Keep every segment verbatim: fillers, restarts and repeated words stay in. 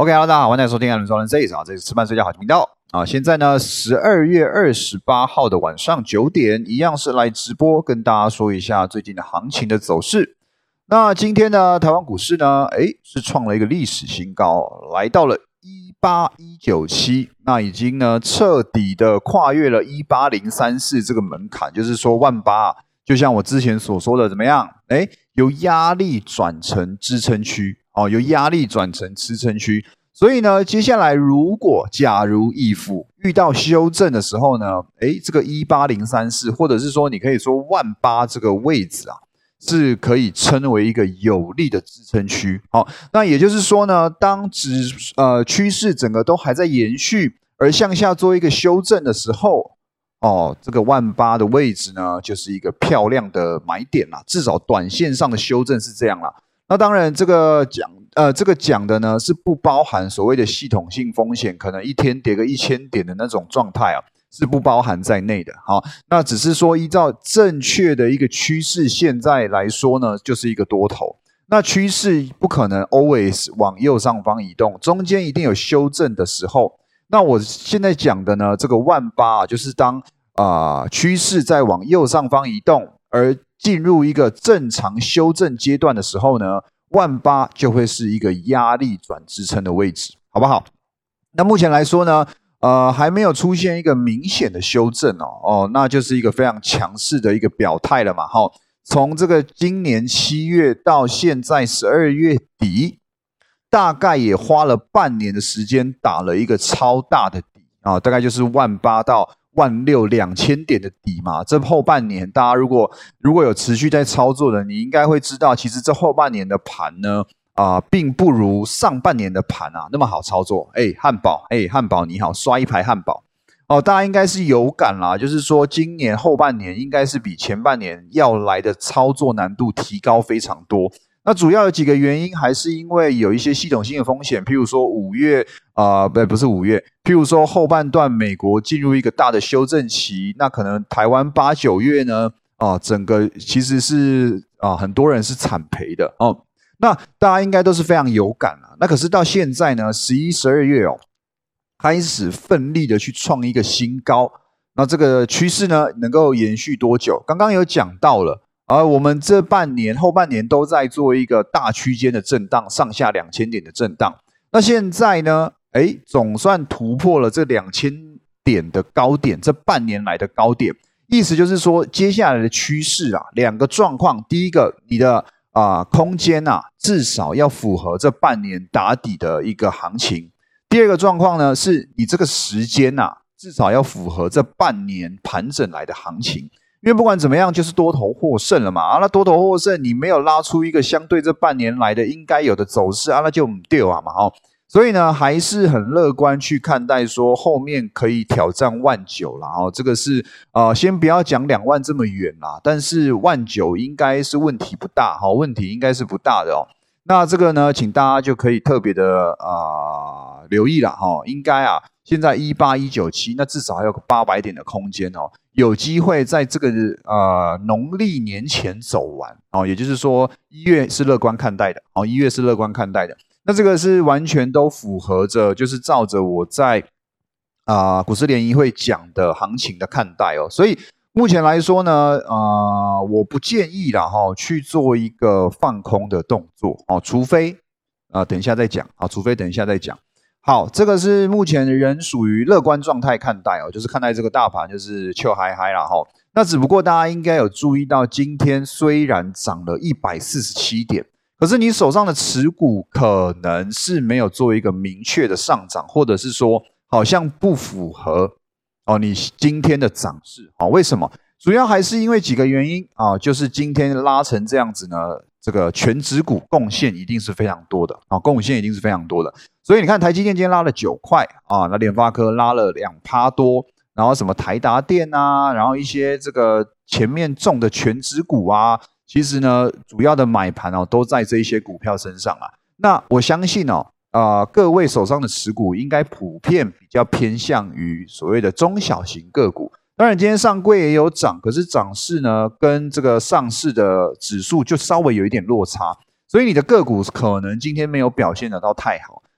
OK，Hello，大家好，欢迎收听《艾伦说人 C》啊，这是吃饭睡觉好频道啊。现在呢，十二月二十八号的晚上九点，一样是来直播，跟大家说一下最近的行情的走势。那今天呢，台湾股市呢，哎，是创了一个历史新高，来到了一八一九七，那已经呢彻底的跨越了一八零三四这个门槛，就是说万八，就像我之前所说的，怎么样？哎，由压力转成支撑区。哦，由压力转成支撑区，所以呢，接下来如果假如 if 遇到修正的时候呢，诶，这个一八零三四，或者是说你可以说万八这个位置啊，是可以称为一个有力的支撑区。好，那也就是说呢，当指呃趋势整个都还在延续，而向下做一个修正的时候，哦，这个万八的位置呢，就是一个漂亮的买点啦，至少短线上的修正是这样啦。那当然，这个讲呃，这个讲的呢是不包含所谓的系统性风险，可能一天跌个一千点的那种状态啊，是不包含在内的。好，那只是说依照正确的一个趋势，现在来说呢，就是一个多头。那趋势不可能 always 往右上方移动，中间一定有修正的时候。那我现在讲的呢，这个万八啊，就是当啊、呃、趋势在往右上方移动，而进入一个正常修正阶段的时候呢，万八就会是一个压力转支撑的位置，好不好？那目前来说呢，呃，还没有出现一个明显的修正哦，哦，那就是一个非常强势的一个表态了嘛，哈、哦。从这个今年七月到现在十二月底，大概也花了半年的时间打了一个超大的底啊、哦，大概就是万八到万六两千点的底嘛，这后半年大家如果如果有持续在操作的，你应该会知道，其实这后半年的盘呢，啊、呃，并不如上半年的盘啊那么好操作。哎，汉堡，哎，汉堡你好，刷一排汉堡哦，大家应该是有感啦，就是说今年后半年应该是比前半年要来的操作难度提高非常多。那主要有几个原因，还是因为有一些系统性的风险，譬如说五月啊，不、呃、不是五月，譬如说后半段美国进入一个大的修正期，那可能台湾八九月呢，啊、呃，整个其实是啊、呃、很多人是惨赔的哦。那大家应该都是非常有感啊。那可是到现在呢，十一、十二月哦，开始奋力的去创一个新高，那这个趋势呢，能够延续多久？刚刚有讲到了。而我们这半年后半年都在做一个大区间的震荡，上下两千点的震荡。那现在呢，哎，总算突破了这两千点的高点，这半年来的高点。意思就是说，接下来的趋势啊，两个状况：第一个，你的啊、呃、空间啊，至少要符合这半年打底的一个行情；第二个状况呢，是你这个时间啊，至少要符合这半年盘整来的行情。因为不管怎么样，就是多头获胜了嘛啊，那多头获胜，你没有拉出一个相对这半年来的应该有的走势啊，那就唔对啊嘛哦，所以呢，还是很乐观去看待说后面可以挑战万九啦哦，这个是呃，先不要讲两万这么远啦，但是万九应该是问题不大哈、哦，问题应该是不大的哦。那这个呢，请大家就可以特别的啊、呃、留意啦哈、哦，应该啊，现在一八一九七，那至少还有个八百点的空间哦。有机会在这个呃农历年前走完哦，也就是说一月是乐观看待的哦，一月是乐观看待的。那这个是完全都符合着，就是照着我在啊、呃、股市联谊会讲的行情的看待哦。所以目前来说呢，啊、呃、我不建议啦哈、哦、去做一个放空的动作哦，除非啊、呃、等一下再讲啊，除非等一下再讲。好，这个是目前人属于乐观状态看待哦，就是看待这个大盘就是笑嗨嗨啦齁。那只不过大家应该有注意到，今天虽然涨了一百四十七点，可是你手上的持股可能是没有做一个明确的上涨，或者是说好像不符合哦你今天的涨势哦。为什么？主要还是因为几个原因啊，就是今天拉成这样子呢，这个全指股贡献一定是非常多的啊，贡献一定是非常多的。所以你看，台积电今天拉了九块啊，那联发科拉了两趴多，然后什么台达电啊，然后一些这个前面中的全指股啊，其实呢，主要的买盘哦都在这一些股票身上啊。那我相信哦，啊、呃，各位手上的持股应该普遍比较偏向于所谓的中小型个股。当然，今天上柜也有涨，可是涨势呢跟这个上市的指数就稍微有一点落差，所以你的个股可能今天没有表现得到太好。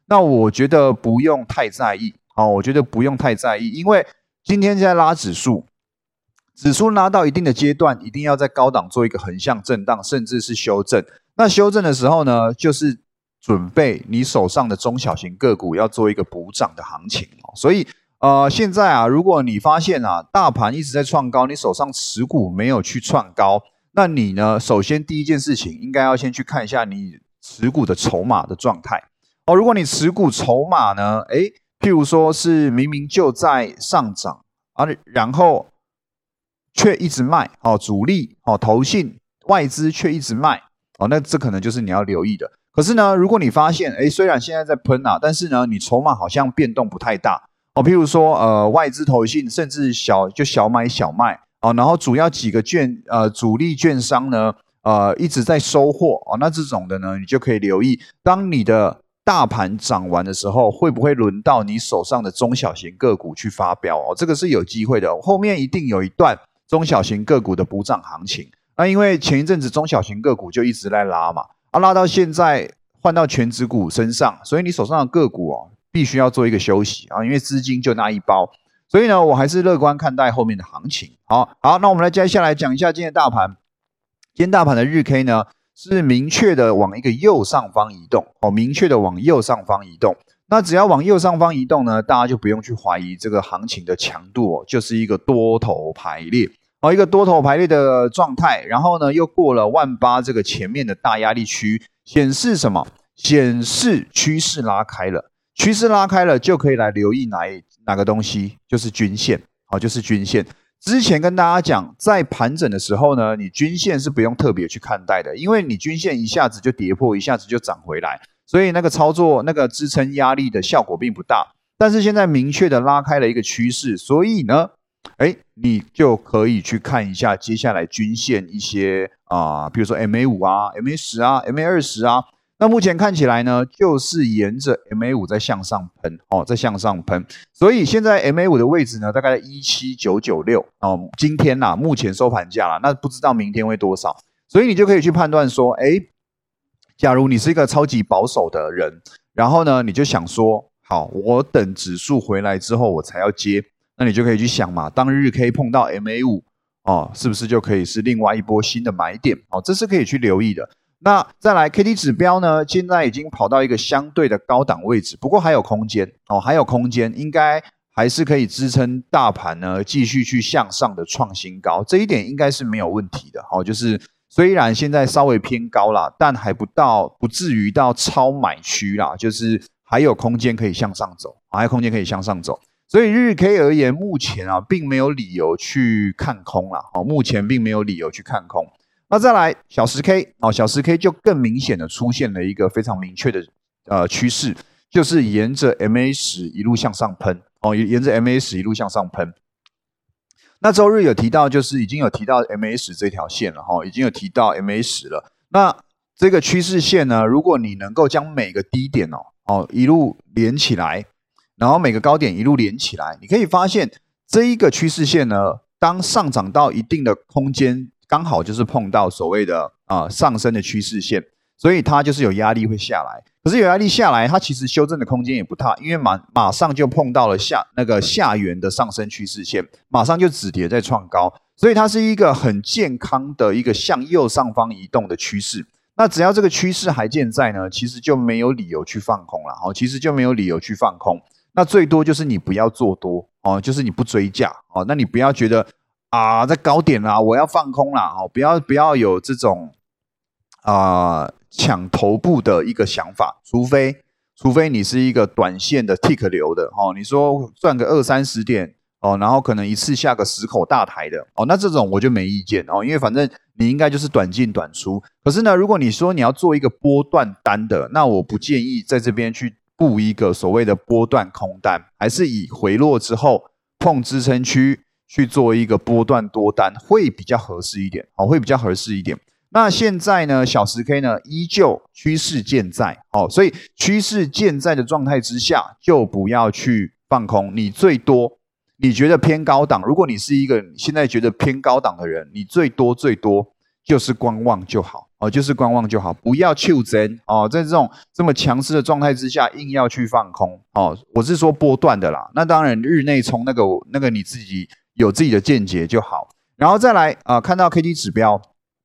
那我觉得不用太在意哦，我觉得不用太在意，因为今天在拉指数，指数拉到一定的阶段，一定要在高档做一个横向震荡，甚至是修正。那修正的时候呢，就是准备你手上的中小型个股要做一个补涨的行情哦。所以呃，现在啊，如果你发现啊，大盘一直在创高，你手上持股没有去创高，那你呢，首先第一件事情应该要先去看一下你持股的筹码的状态哦。如果你持股筹码呢，诶，譬如说是明明就在上涨啊，然后却一直卖哦，主力哦、投信、外资却一直卖哦，那这可能就是你要留意的。可是呢，如果你发现，诶，虽然现在在喷啊，但是呢，你筹码好像变动不太大哦，譬如说呃，外资、投信甚至小就小买小卖哦，然后主要几个券呃主力券商呢，呃一直在收获哦，那这种的呢，你就可以留意，当你的大盘涨完的时候，会不会轮到你手上的中小型个股去发飙哦？这个是有机会的，后面一定有一段中小型个股的补涨行情。那因为前一阵子中小型个股就一直在拉嘛，啊拉到现在换到全指股身上，所以你手上的个股哦，必须要做一个休息啊，因为资金就那一包。所以呢，我还是乐观看待后面的行情。好，好，那我们来接下来讲一下今天的大盘。今天大盘的日 K 呢，是明确的往一个右上方移动，哦，明确的往右上方移动。那只要往右上方移动呢，大家就不用去怀疑这个行情的强度哦，就是一个多头排列哦，一个多头排列的状态。然后呢，又过了万八这个前面的大压力区，显示什么？显示趋势拉开了。趋势拉开了，就可以来留意哪一哪个东西，就是均线，好，就是均线。之前跟大家讲，在盘整的时候呢，你均线是不用特别去看待的，因为你均线一下子就跌破，一下子就涨回来，所以那个操作那个支撑压力的效果并不大。但是现在明确的拉开了一个趋势，所以呢，哎，你就可以去看一下接下来均线一些啊、呃，比如说 M A 五 啊、M A 十 啊、M A 二十 啊。那目前看起来呢，就是沿着 M A 五 在向上喷哦，在向上喷，所以现在 M A 五 的位置呢，大概在一七九九六哦。今天啦，目前收盘价啦，那不知道明天会多少，所以你就可以去判断说，哎，假如你是一个超级保守的人，然后呢，你就想说，好，我等指数回来之后我才要接，那你就可以去想嘛，当日 K 碰到 M A 五 哦，是不是就可以是另外一波新的买点哦？这是可以去留意的。那再来 K D 指标呢，现在已经跑到一个相对的高档位置，不过还有空间哦，还有空间，应该还是可以支撑大盘呢继续去向上的创新高，这一点应该是没有问题的哦。就是虽然现在稍微偏高啦，但还不到不至于到超买区啦，就是还有空间可以向上走，还有空间可以向上走。所以日 K 而言，目前啊并没有理由去看空啦，哦，目前并没有理由去看空。那再来小十 K 哦，小十 K 就更明显的出现了一个非常明确的呃趋势，就是沿着 M A 十 一路向上喷哦，沿着 M A 十 一路向上喷。那周日有提到，就是已经有提到 M A 十 这条线了哈、哦，已经有提到 M A 十 了。那这个趋势线呢，如果你能够将每个低点哦哦一路连起来，然后每个高点一路连起来，你可以发现这一个趋势线呢，当上涨到一定的空间。刚好就是碰到所谓的啊、呃、上升的趋势线，所以它就是有压力会下来。可是有压力下来，它其实修正的空间也不大，因为马马上就碰到了下那个下缘的上升趋势线，马上就止跌再创高，所以它是一个很健康的一个向右上方移动的趋势。那只要这个趋势还健在呢，其实就没有理由去放空了哦，其实就没有理由去放空。那最多就是你不要做多哦，就是你不追价哦，那你不要觉得。啊，在高点啦，我要放空啦，哦，不要不要有这种啊抢头部的一个想法，除非除非你是一个短线的 tick 流的哦，你说赚个二三十点哦，然后可能一次下个十口大台的哦，那这种我就没意见哦，因为反正你应该就是短进短出。可是呢，如果你说你要做一个波段单的，那我不建议在这边去布一个所谓的波段空单，还是以回落之后碰支撑区。去做一个波段多单会比较合适一点，哦，会比较合适一点。那现在呢，小十 K 呢依旧趋势健在，哦，所以趋势健在的状态之下，就不要去放空。你最多你觉得偏高档，如果你是一个现在觉得偏高档的人，你最多最多就是观望就好， 哦，就是观望就好，不要求真哦，在这种这么强势的状态之下，硬要去放空哦。我是说波段的啦，那当然日内冲那个那个你自己有自己的见解就好。然后再来啊、呃，看到 K D 指标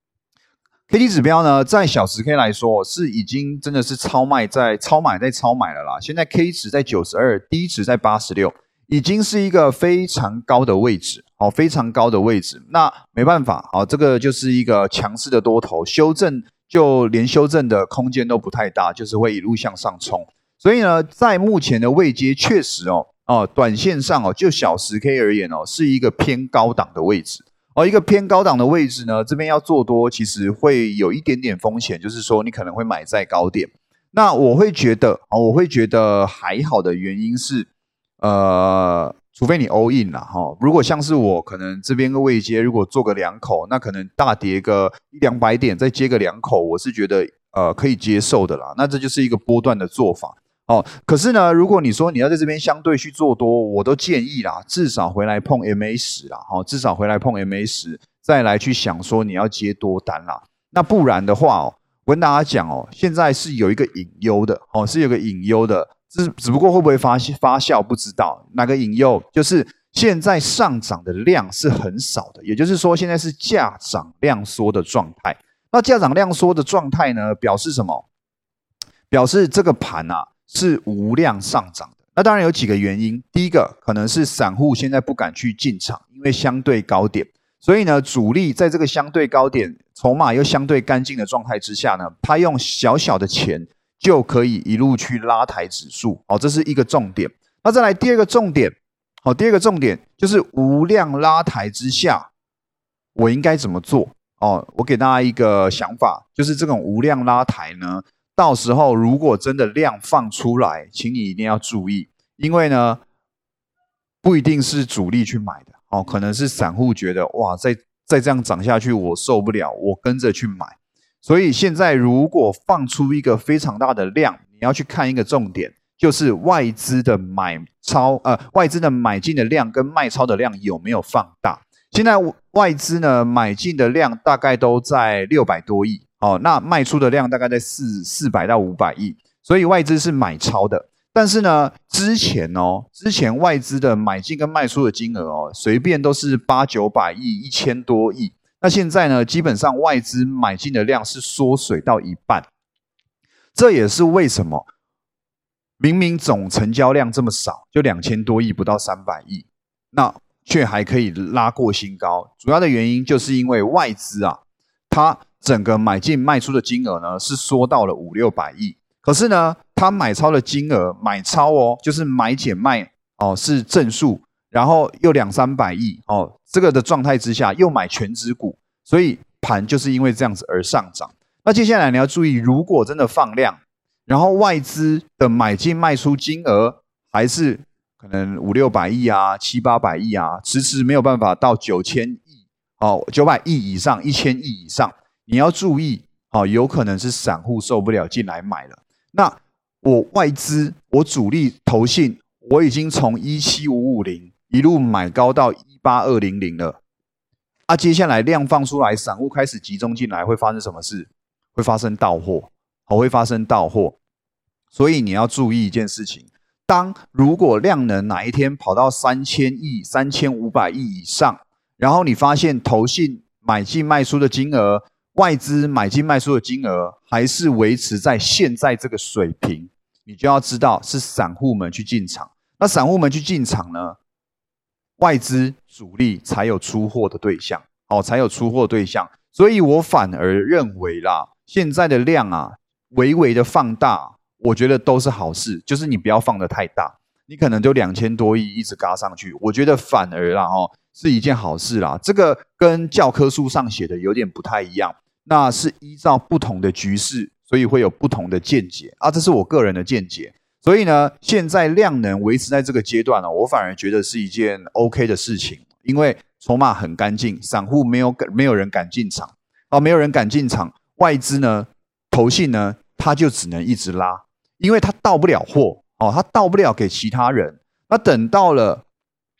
，K D 指标呢，在小时 K 来说是已经真的是超卖在超买在超买了啦。现在 K 值在九十二 ，D 值在八十六，已经是一个非常高的位置。哦，非常高的位置，那没办法，哦，这个就是一个强势的多头，修正就连修正的空间都不太大，就是会一路向上冲。所以呢，在目前的位阶，确实哦，哦，短线上哦，就小时 K 而言哦，是一个偏高档的位置。哦，一个偏高档的位置呢，这边要做多，其实会有一点点风险，就是说你可能会买在高点。那我会觉得，哦，我会觉得还好的原因是，呃。除非你 all in 啦，哈，如果像是我可能这边个位阶，如果做个两口，那可能大跌个一两百点，再接个两口，我是觉得呃可以接受的啦。那这就是一个波段的做法哦。可是呢，如果你说你要在这边相对去做多，我都建议啦，至少回来碰 M A 十 啦，哈，至少回来碰 M A 十，再来去想说你要接多单啦。那不然的话哦，我跟大家讲哦，现在是有一个隐忧的哦，是有个隐忧的。只只不过会不会发发酵不知道，哪个引诱就是现在上涨的量是很少的，也就是说现在是价涨量缩的状态。那价涨量缩的状态呢，表示什么？表示这个盘啊是无量上涨的。那当然有几个原因，第一个可能是散户现在不敢去进场，因为相对高点，所以呢主力在这个相对高点，筹码又相对干净的状态之下呢，他用小小的钱就可以一路去拉抬指数，哦，这是一个重点。那再来第二个重点，好，第二个重点就是无量拉抬之下，我应该怎么做？哦，我给大家一个想法，就是这种无量拉抬呢，到时候如果真的量放出来，请你一定要注意，因为呢，不一定是主力去买的，哦，可能是散户觉得哇，再再这样涨下去，我受不了，我跟着去买。所以现在如果放出一个非常大的量，你要去看一个重点，就是外资的买超，呃，外资的买进的量跟卖超的量有没有放大？现在外资呢买进的量大概都在六百多亿，哦，那卖出的量大概在四四百到五百亿，所以外资是买超的。但是呢，之前哦，之前外资的买进跟卖出的金额哦，随便都是八九百亿、一千多亿。那现在呢，基本上外资买进的量是缩水到一半，这也是为什么明明总成交量这么少，就两千多亿，不到三百亿，那却还可以拉过新高。主要的原因就是因为外资啊，它整个买进卖出的金额呢是缩到了五六百亿，可是呢，它买超的金额买超哦，就是买减卖哦是正数。然后又两三百亿哦，这个的状态之下又买全指股，所以盘就是因为这样子而上涨。那接下来你要注意，如果真的放量，然后外资的买进卖出金额还是可能五六百亿啊、七八百亿啊，迟迟没有办法到九千亿哦、九百亿以上、一千亿以上，你要注意哦，有可能是散户受不了进来买了。那我外资，我主力投信，我已经从一七五五零。一路买高到一八二零零了，啊，接下来量放出来，散户开始集中进来，会发生什么事？会发生到货，好，会发生到货。所以你要注意一件事情：当如果量能哪一天跑到三千亿、三千五百亿以上，然后你发现投信买进卖出的金额、外资买进卖出的金额还是维持在现在这个水平，你就要知道是散户们去进场。那散户们去进场呢？外资主力才有出货的对象，哦，才有出货对象，所以我反而认为啦，现在的量啊，微微的放大，我觉得都是好事，就是你不要放得太大，你可能就两千多亿一直嘎上去，我觉得反而啦，哦，是一件好事啦。这个跟教科书上写的有点不太一样，那是依照不同的局势，所以会有不同的见解啊，这是我个人的见解。所以呢，现在量能维持在这个阶段呢、哦，我反而觉得是一件 OK 的事情，因为筹码很干净，散户没有没有人敢进场，哦，没有人敢进场，外资呢、投信呢，他就只能一直拉，因为他到不了货，哦，他到不了给其他人。那等到了，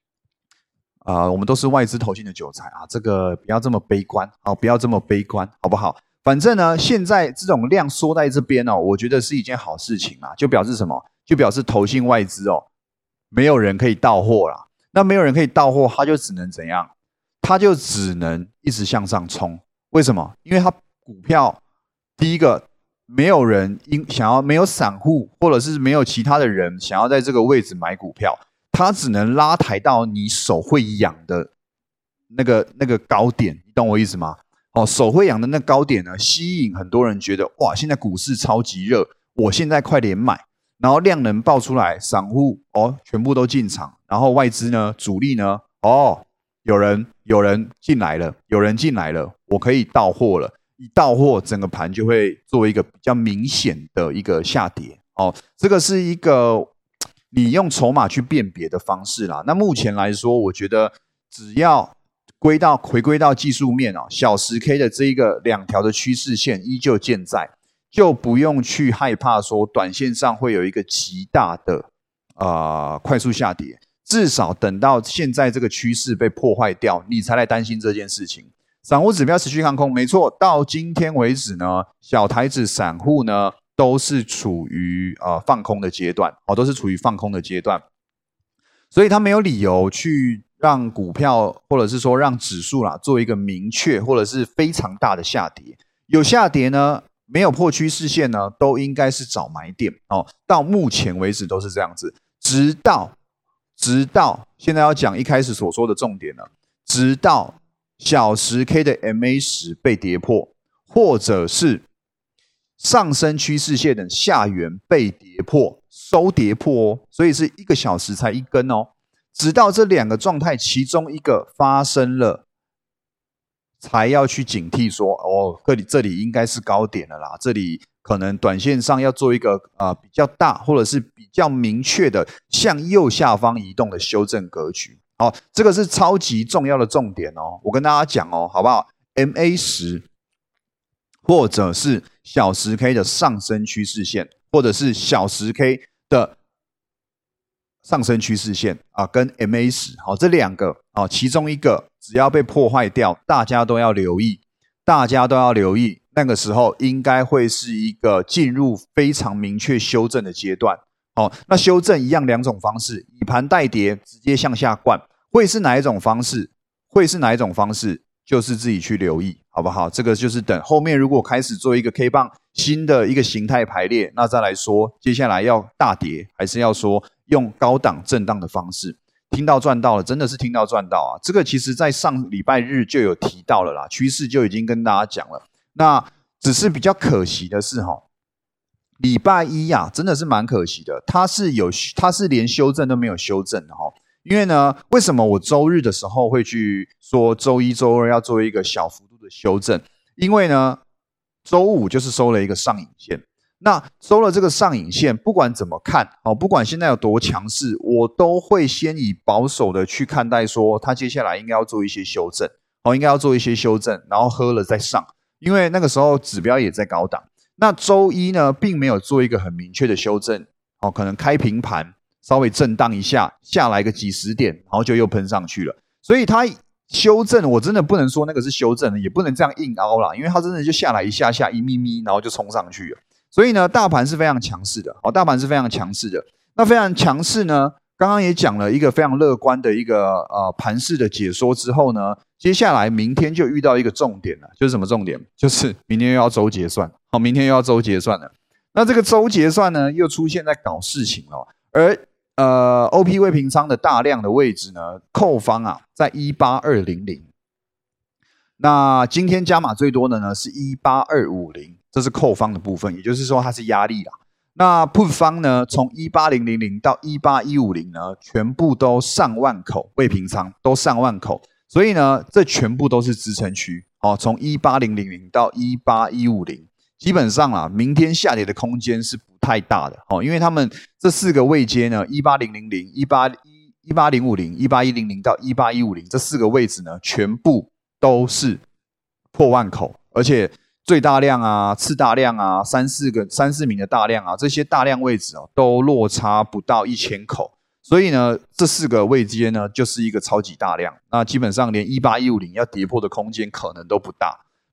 啊、呃，我们都是外资投信的韭菜啊，这个不要这么悲观，哦，不要这么悲观，好不好？ 反正呢，现在这种量缩在这边哦，我觉得是一件好事情啦，就表示什么？就表示投信外资哦，没有人可以到货啦。那没有人可以到货，他就只能怎样？他就只能一直向上冲。为什么？因为他股票第一个没有人因想要没有散户或者是没有其他的人想要在这个位置买股票，他只能拉抬到你手会痒的那个那个高点，你懂我意思吗？哦，手会痒的那高点呢，吸引很多人觉得哇，现在股市超级热，我现在快点买，然后量能爆出来，散户哦全部都进场，然后外资呢，主力呢，哦有人有人进来了，有人进来了，我可以到货了，一到货，整个盘就会做一个比较明显的一个下跌。哦，这个是一个你用筹码去辨别的方式啦。那目前来说，我觉得只要归到回归到技术面哦，小十 K 的这一个两条的趋势线依旧健在，就不用去害怕说短线上会有一个极大的呃快速下跌。至少等到现在这个趋势被破坏掉，你才来担心这件事情。散户指标持续看空，没错，到今天为止呢，小台指散户呢都是处于呃放空的阶段，哦，都是处于放空的阶段，所以他没有理由去让股票或者是说让指数啦做一个明确或者是非常大的下跌。有下跌呢，没有破趋势线呢，都应该是找买点哦。到目前为止都是这样子，直到。直到现在要讲一开始所说的重点了，直到小十 K 的 M A 十 被跌破，或者是上升趋势线的下缘被跌破，收跌破哦，所以是一个小时才一根哦。直到这两个状态其中一个发生了，才要去警惕说，哦，这里这里应该是高点了啦，这里可能短线上要做一个呃比较大或者是比较明确的向右下方移动的修正格局。好，这个是超级重要的重点哦，我跟大家讲哦，好不好 ？M A 十 或者是小十 K 的上升趋势线，或者是小十 K 的上升趋势线啊，跟 M A 十 好这两个啊，其中一个只要被破坏掉，大家都要留意，大家都要留意。那个时候应该会是一个进入非常明确修正的阶段。哦，那修正一样两种方式，以盘带跌，直接向下灌，会是哪一种方式？会是哪一种方式？就是自己去留意，好不好？这个就是等后面如果开始做一个 K 棒新的一个形态排列，那再来说接下来要大跌，还是要说用高档震荡的方式。听到赚到了，真的是听到赚到啊！这个其实在上礼拜日就有提到了啦，趋势就已经跟大家讲了。那只是比较可惜的是齁，礼拜一啊，真的是蛮可惜的，它是有它是连修正都没有修正的齁。因为呢，为什么我周日的时候会去说周一周二要做一个小幅度的修正？因为呢，周五就是收了一个上影线，那收了这个上影线，不管怎么看，哦，不管现在有多强势，我都会先以保守的去看待，说它接下来应该要做一些修正，哦，应该要做一些修正，然后喝了再上，因为那个时候指标也在高档。那周一呢，并没有做一个很明确的修正，哦，可能开平盘，稍微震荡一下，下来个几十点，然后就又喷上去了。所以它修正，我真的不能说那个是修正，也不能这样硬凹啦，因为它真的就下来一下下一咪咪，然后就冲上去了。所以呢，大盘是非常强势的，哦，大盘是非常强势的。那非常强势呢，刚刚也讲了一个非常乐观的一个呃盘势的解说之后呢，接下来明天就遇到一个重点了，就是什么重点？就是明天又要周结算，好，明天又要周结算了。那这个周结算呢，又出现在搞事情了，而呃 O P 未平仓的大量的位置呢，扣方啊在一八二零零，那今天加码最多的呢是一八二五零，这是扣方的部分，也就是说它是压力啦。那 put 方呢，从一八零零零到一八一五零呢，全部都上万口未平仓，都上万口，所以呢，这全部都是支撑区。哦，从一八零零零到一八一五零，基本上啦，明天下跌的空间是不太大的。哦，因为他们这四个位阶呢，一八零零零、一八一八零五零、一八一零零到一八一五零这四个位置呢，全部都是破万口，而且最大量啊、次大量啊、三四个、三四名的大量啊，这些大量位置哦，都落差不到一千口，所以呢，这四个位阶呢，就是一个超级大量。那基本上连一八一五零要跌破的空间可能都不大。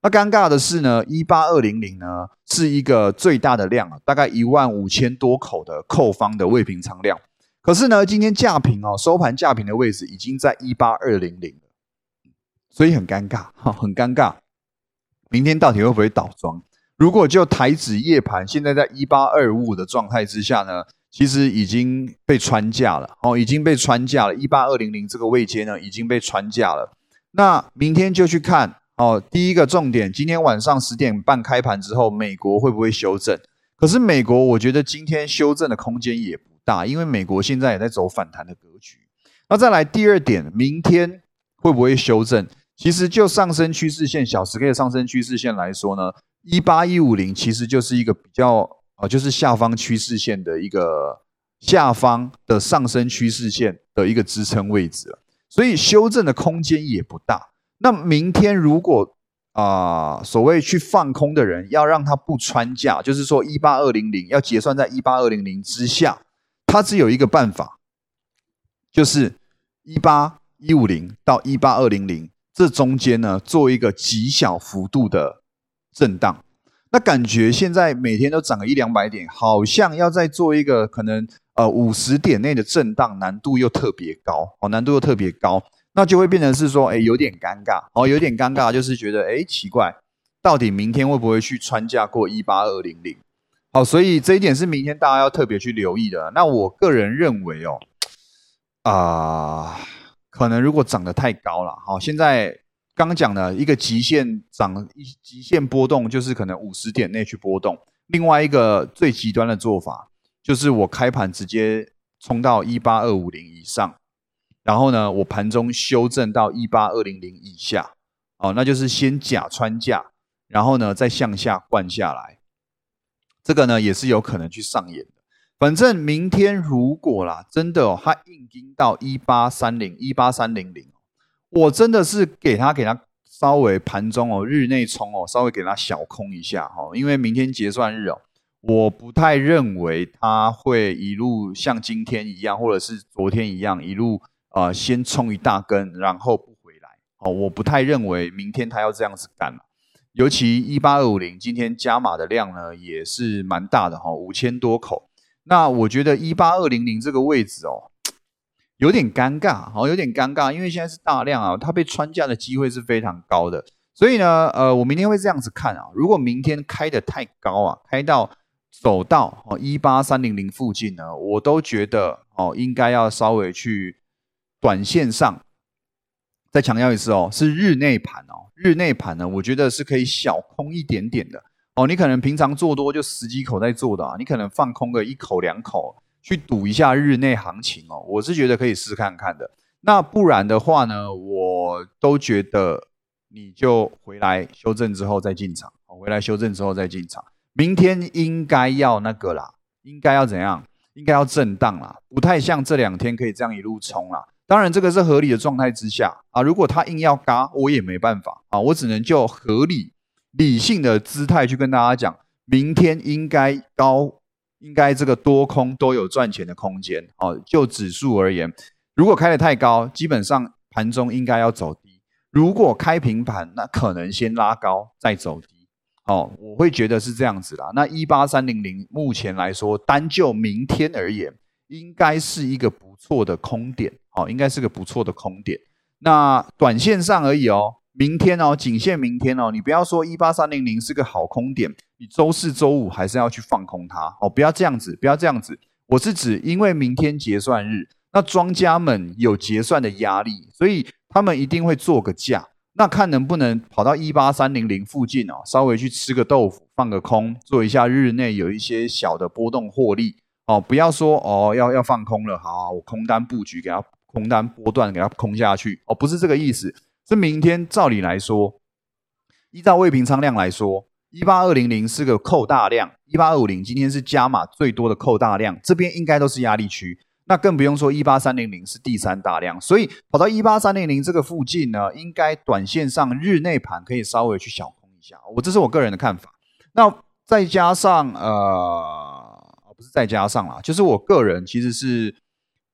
那尴尬的是呢，一八二零零呢是一个最大的量啊，大概一万五千多口的扣方的未平仓量。可是呢，今天价平哦，收盘价平的位置已经在一八二零零了，所以很尴尬，很尴尬。明天到底会不会倒庄？如果就台指夜盘现在在一八二五五的状态之下呢，其实已经被穿价了哦，已经被穿价了。一八二零零这个位阶呢，已经被穿价了。那明天就去看哦。第一个重点，今天晚上十点半开盘之后，美国会不会修正？可是美国，我觉得今天修正的空间也不大，因为美国现在也在走反弹的格局。那再来第二点，明天会不会修正？其实就上升趋势线小时 K 的上升趋势线来说呢，一八一五零其实就是一个比较呃，就是下方趋势线的一个下方的上升趋势线的一个支撑位置了，所以修正的空间也不大。那明天如果啊、呃，所谓去放空的人要让他不穿价，就是说一八二零零要结算在一八二零零之下，他只有一个办法，就是一八一五零到一八二零零。这中间呢，做一个极小幅度的震荡，那感觉现在每天都涨个一两百点，好像要再做一个可能呃五十点内的震荡，难度又特别高，哦，难度又特别高，那就会变成是说，哎，有点尴尬，哦，有点尴尬，就是觉得，哎，奇怪，到底明天会不会去穿价过一八二零零？好，所以这一点是明天大家要特别去留意的。那我个人认为哦，啊、呃。可能如果涨得太高了，好，现在刚刚讲的一个极限涨，极限波动就是可能五十点内去波动。另外一个最极端的做法，就是我开盘直接冲到一八二五零以上，然后呢，我盘中修正到一八二零零以下，哦，那就是先假穿价，然后呢再向下灌下来，这个呢也是有可能去上演的。反正明天如果啦，真的哦，它硬盯到一八三零、一八三零零，我真的是给它给它稍微盘中哦，日内冲哦，稍微给它小空一下哦，因为明天结算日哦，我不太认为它会一路像今天一样，或者是昨天一样一路呃先冲一大根，然后不回来哦，我不太认为明天它要这样子干。尤其一八二五零今天加码的量呢也是蛮大的哈、哦，五千多口。那我觉得一八二零零这个位置哦，有点尴尬，哦，有点尴尬，因为现在是大量啊，它被穿价的机会是非常高的。所以呢，呃，我明天会这样子看啊，如果明天开得太高啊，开到走到哦一八三零零附近呢，我都觉得哦应该要稍微去短线上，再强调一次哦，是日内盘哦，日内盘呢，我觉得是可以小空一点点的。哦，你可能平常做多就十几口在做的啊，你可能放空个一口两口去赌一下日内行情哦，我是觉得可以试看看的。那不然的话呢，我都觉得你就回来修正之后再进场，回来修正之后再进场。明天应该要那个啦，应该要怎样？应该要震荡啦，不太像这两天可以这样一路冲啦。当然，这个是合理的状态之下啊，如果他硬要嘎，我也没办法啊，我只能就合理。理性的姿态去跟大家讲，明天应该高，应该这个多空都有赚钱的空间。哦，就指数而言，如果开得太高，基本上盘中应该要走低；如果开平盘，那可能先拉高再走低。哦，我会觉得是这样子啦。那一八三零零目前来说，单就明天而言，应该是一个不错的空点。哦，应该是个不错的空点。那短线上而已哦。明天哦，仅限明天哦，你不要说一八三零零是个好空点，你周四周五还是要去放空它哦，不要这样子，不要这样子。我是指，因为明天结算日，那庄家们有结算的压力，所以他们一定会做个价，那看能不能跑到一八三零零附近哦，稍微去吃个豆腐，放个空，做一下日内有一些小的波动获利哦，不要说哦要要放空了，好，我空单布局给它空单波段给它空下去哦，不是这个意思。是明天照理来说，依照未平仓量来说，一八二零零是个扣大量，一八二五零今天是加码最多的扣大量，这边应该都是压力区。那更不用说一八三零零是第三大量，所以跑到一八三零零这个附近呢，应该短线上日内盘可以稍微去小空一下。我这是我个人的看法。那再加上呃，不是再加上啦，就是我个人其实是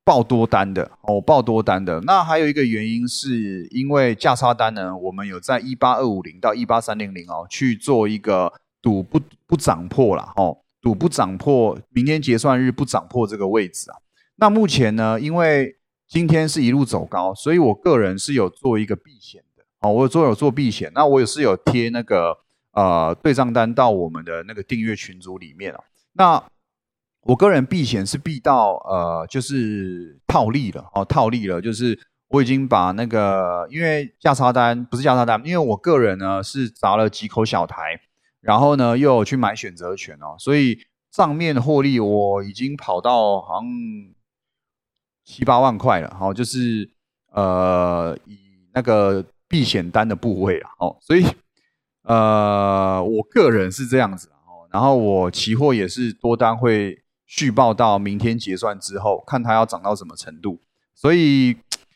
爆多单的哦，爆多单的。那还有一个原因是因为价差单呢，我们有在一八二五零到一八三零零哦去做一个赌不不涨破啦哦，赌不涨破，明天结算日不涨破这个位置啊。那目前呢，因为今天是一路走高，所以我个人是有做一个避险的哦，我有做有做避险，那我也是有贴那个呃对账单到我们的那个订阅群组里面哦。那我个人避险是避到呃就是套利了哦，套利了，就是我已经把那个因为价差单不是价差单，因为我个人呢是砸了几口小台，然后呢又有去买选择权哦，所以账面获利我已经跑到好像七八万块了，哦，就是呃以那个避险单的部位啊，哦，所以呃我个人是这样子哦，然后我期货也是多单会续报到明天结算之后，看它要涨到什么程度，所以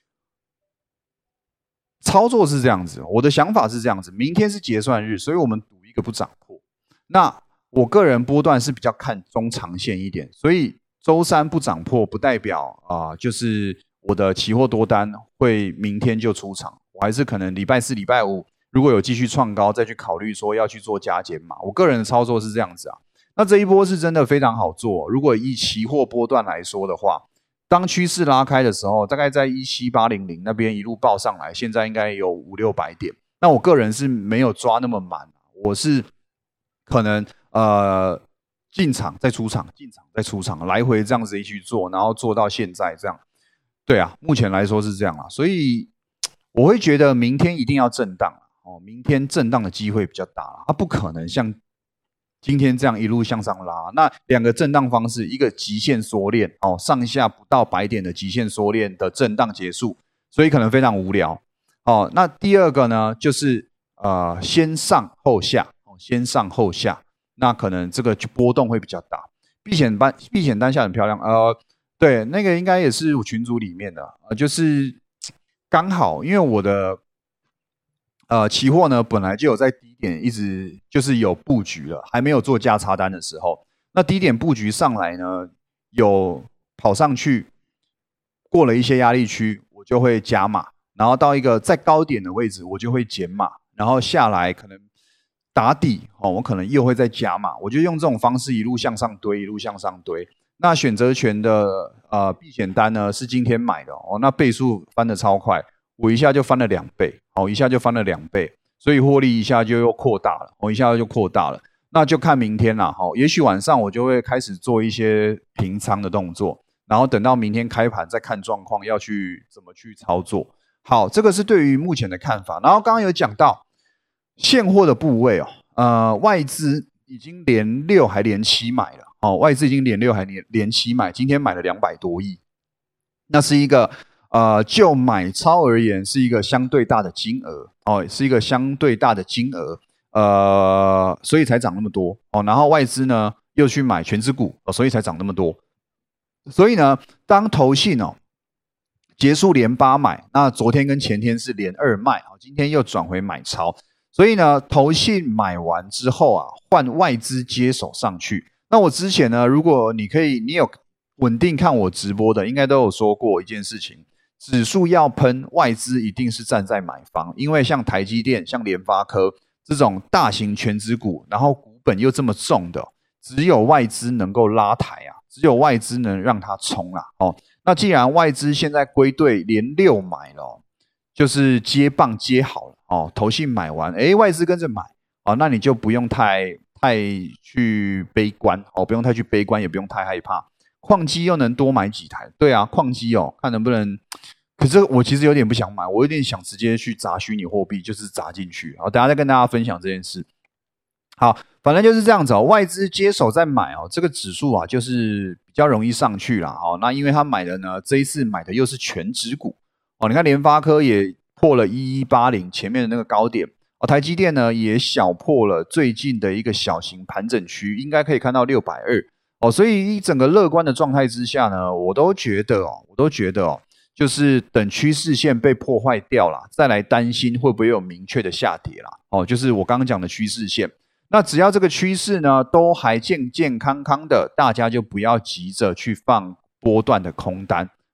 操作是这样子，我的想法是这样子，明天是结算日，所以我们赌一个不涨破。那我个人波段是比较看中长线一点，所以周三不涨破不代表啊、呃，就是我的期货多单会明天就出场，我还是可能礼拜四、礼拜五如果有继续创高，再去考虑说要去做加减码。我个人的操作是这样子啊。那这一波是真的非常好做，如果以期货波段来说的话，当趋势拉开的时候，大概在一七八零零那边一路报上来，现在应该有五六百点。那我个人是没有抓那么满，我是可能呃进场再出场，进场再出场，来回这样子一去做，然后做到现在这样。对啊，目前来说是这样啊，所以我会觉得明天一定要震荡哦，明天震荡的机会比较大，它不可能像今天这样一路向上拉。那两个震荡方式，一个极限缩链哦，上下不到百点的极限缩链的震荡结束，所以可能非常无聊哦。那第二个呢，就是呃先上后下哦，先上后下，那可能这个波动会比较大。避险单避险单下很漂亮，呃，对，那个应该也是我群组里面的，呃，就是刚好因为我的。呃，期货呢本来就有在低点一直就是有布局了，还没有做价差单的时候，那低点布局上来呢，有跑上去，过了一些压力区，我就会加码，然后到一个再高点的位置，我就会减码，然后下来可能打底哦，我可能又会再加码，我就用这种方式一路向上堆，一路向上堆。那选择权的呃避险单呢是今天买的哦，那倍数翻得超快。我一下就翻了两倍，哦，一下就翻了两倍，所以获利一下就又扩大了，我、哦、一下就扩大了，那就看明天啦，哈、哦，也许晚上我就会开始做一些平仓的动作，然后等到明天开盘再看状况要去怎么去操作。好，这个是对于目前的看法。然后刚刚有讲到现货的部位哦，呃，外资已经连六还连七买了，哦，外资已经连六还连连七买，今天买了两百多亿，那是一个。呃，就买超而言，是一个相对大的金额哦，是一个相对大的金额，呃，所以才涨那么多哦。然后外资呢又去买全指股、哦，所以才涨那么多。所以呢，当投信哦结束连八买，那昨天跟前天是连二卖啊，今天又转回买超。所以呢，投信买完之后啊，换外资接手上去。那我之前呢，如果你可以，你有稳定看我直播的，应该都有说过一件事情。指数要喷，外资一定是站在买方，因为像台积电、像联发科这种大型全指股，然后股本又这么重的，只有外资能够拉抬啊，只有外资能让它冲啊。哦，那既然外资现在归队连六买了、哦，就是接棒接好了哦，投信买完，哎，外资跟着买哦，那你就不用太太去悲观哦，不用太去悲观，也不用太害怕。矿机又能多买几台？对啊，矿机哦，看能不能。可是我其实有点不想买，我有点想直接去砸虚拟货币，就是砸进去。好，等一下再跟大家分享这件事。好，反正就是这样子哦。外资接手再买哦，这个指数啊，就是比较容易上去啦。哦，那因为他买的呢，这一次买的又是全指股哦。你看联发科也破了一一八零前面的那个高点哦，台积电呢也小破了最近的一个小型盘整区，应该可以看到六百二。哦，所以一整个乐观的状态之下呢，我都觉得哦，我都觉得哦，就是等趋势线被破坏掉了，再来担心会不会有明确的下跌啦。哦，就是我刚刚讲的趋势线。那只要这个趋势呢都还健健康康的，大家就不要急着去放波段的空单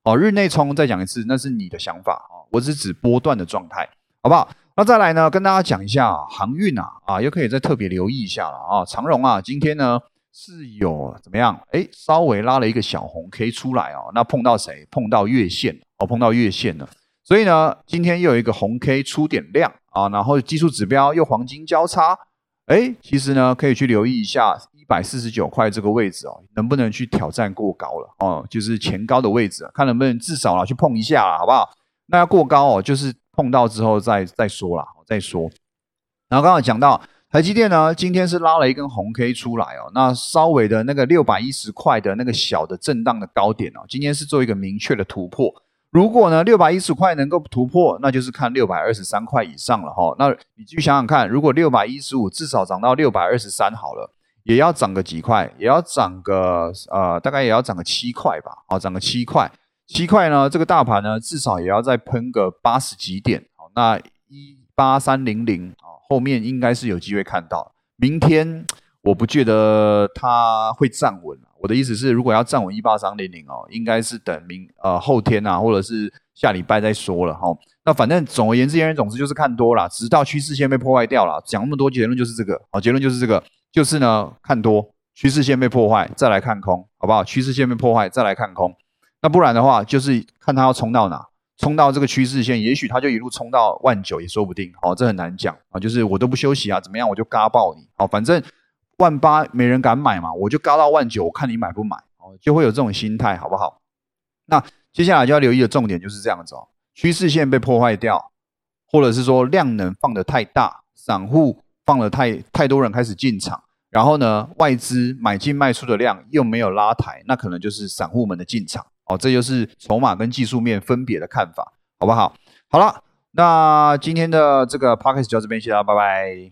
哦，日内冲再讲一次，那是你的想法哦，我只指波段的状态，好不好？那再来呢，跟大家讲一下、啊、航运啊，啊，又可以再特别留意一下了啊。长荣啊，今天呢是有怎么样？哎，稍微拉了一个小红 K 出来哦，那碰到谁？碰到月线哦，碰到月线了。所以呢，今天又有一个红 K 出点量啊，然后技术指标又黄金交叉，哎，其实呢可以去留意一下一百四十九块这个位置哦，能不能去挑战过高了哦？就是前高的位置，看能不能至少啦去碰一下啦，好不好？那要过高哦，就是碰到之后再再说啦，再说。然后刚刚讲到台积电呢，今天是拉了一根红 K 出来哦，那稍微的那个六百一十块的那个小的震荡的高点哦，今天是做一个明确的突破。如果呢六百一十块能够突破，那就是看六百二十三块以上了哈。那你继续想想看，如果六百一十五至少涨到六百二十三好了，也要涨个几块，也要涨个呃大概也要涨个七块吧，好，涨个七块。七块呢，这个大盘呢至少也要再喷个八十几点，好，那一八三零零啊，后面应该是有机会看到。明天我不觉得它会站稳，我的意思是，如果要站稳一八三零零哦，应该是等明呃后天啊，或者是下礼拜再说了哈、哦。那反正总而言之，言而总之就是看多啦，直到趋势线被破坏掉了。讲那么多结论就是这个，好、哦，结论就是这个，就是呢看多，趋势线被破坏，再来看空，好不好？趋势线被破坏，再来看空。那不然的话，就是看它要冲到哪，冲到这个趋势线，也许它就一路冲到万九也说不定，好、哦，这很难讲啊。就是我都不休息啊，怎么样我就嘎爆你，好、哦，反正万八没人敢买嘛，我就嘎到万九，我看你买不买，哦，就会有这种心态，好不好？那接下来就要留意的重点就是这样子哦，趋势线被破坏掉，或者是说量能放得太大，散户放了太太多人开始进场。然后呢，外资买进卖出的量又没有拉抬，那可能就是散户们的进场哦，这就是筹码跟技术面分别的看法，好不好？好了，那今天的这个 podcast 就到这边，谢谢大家，拜拜。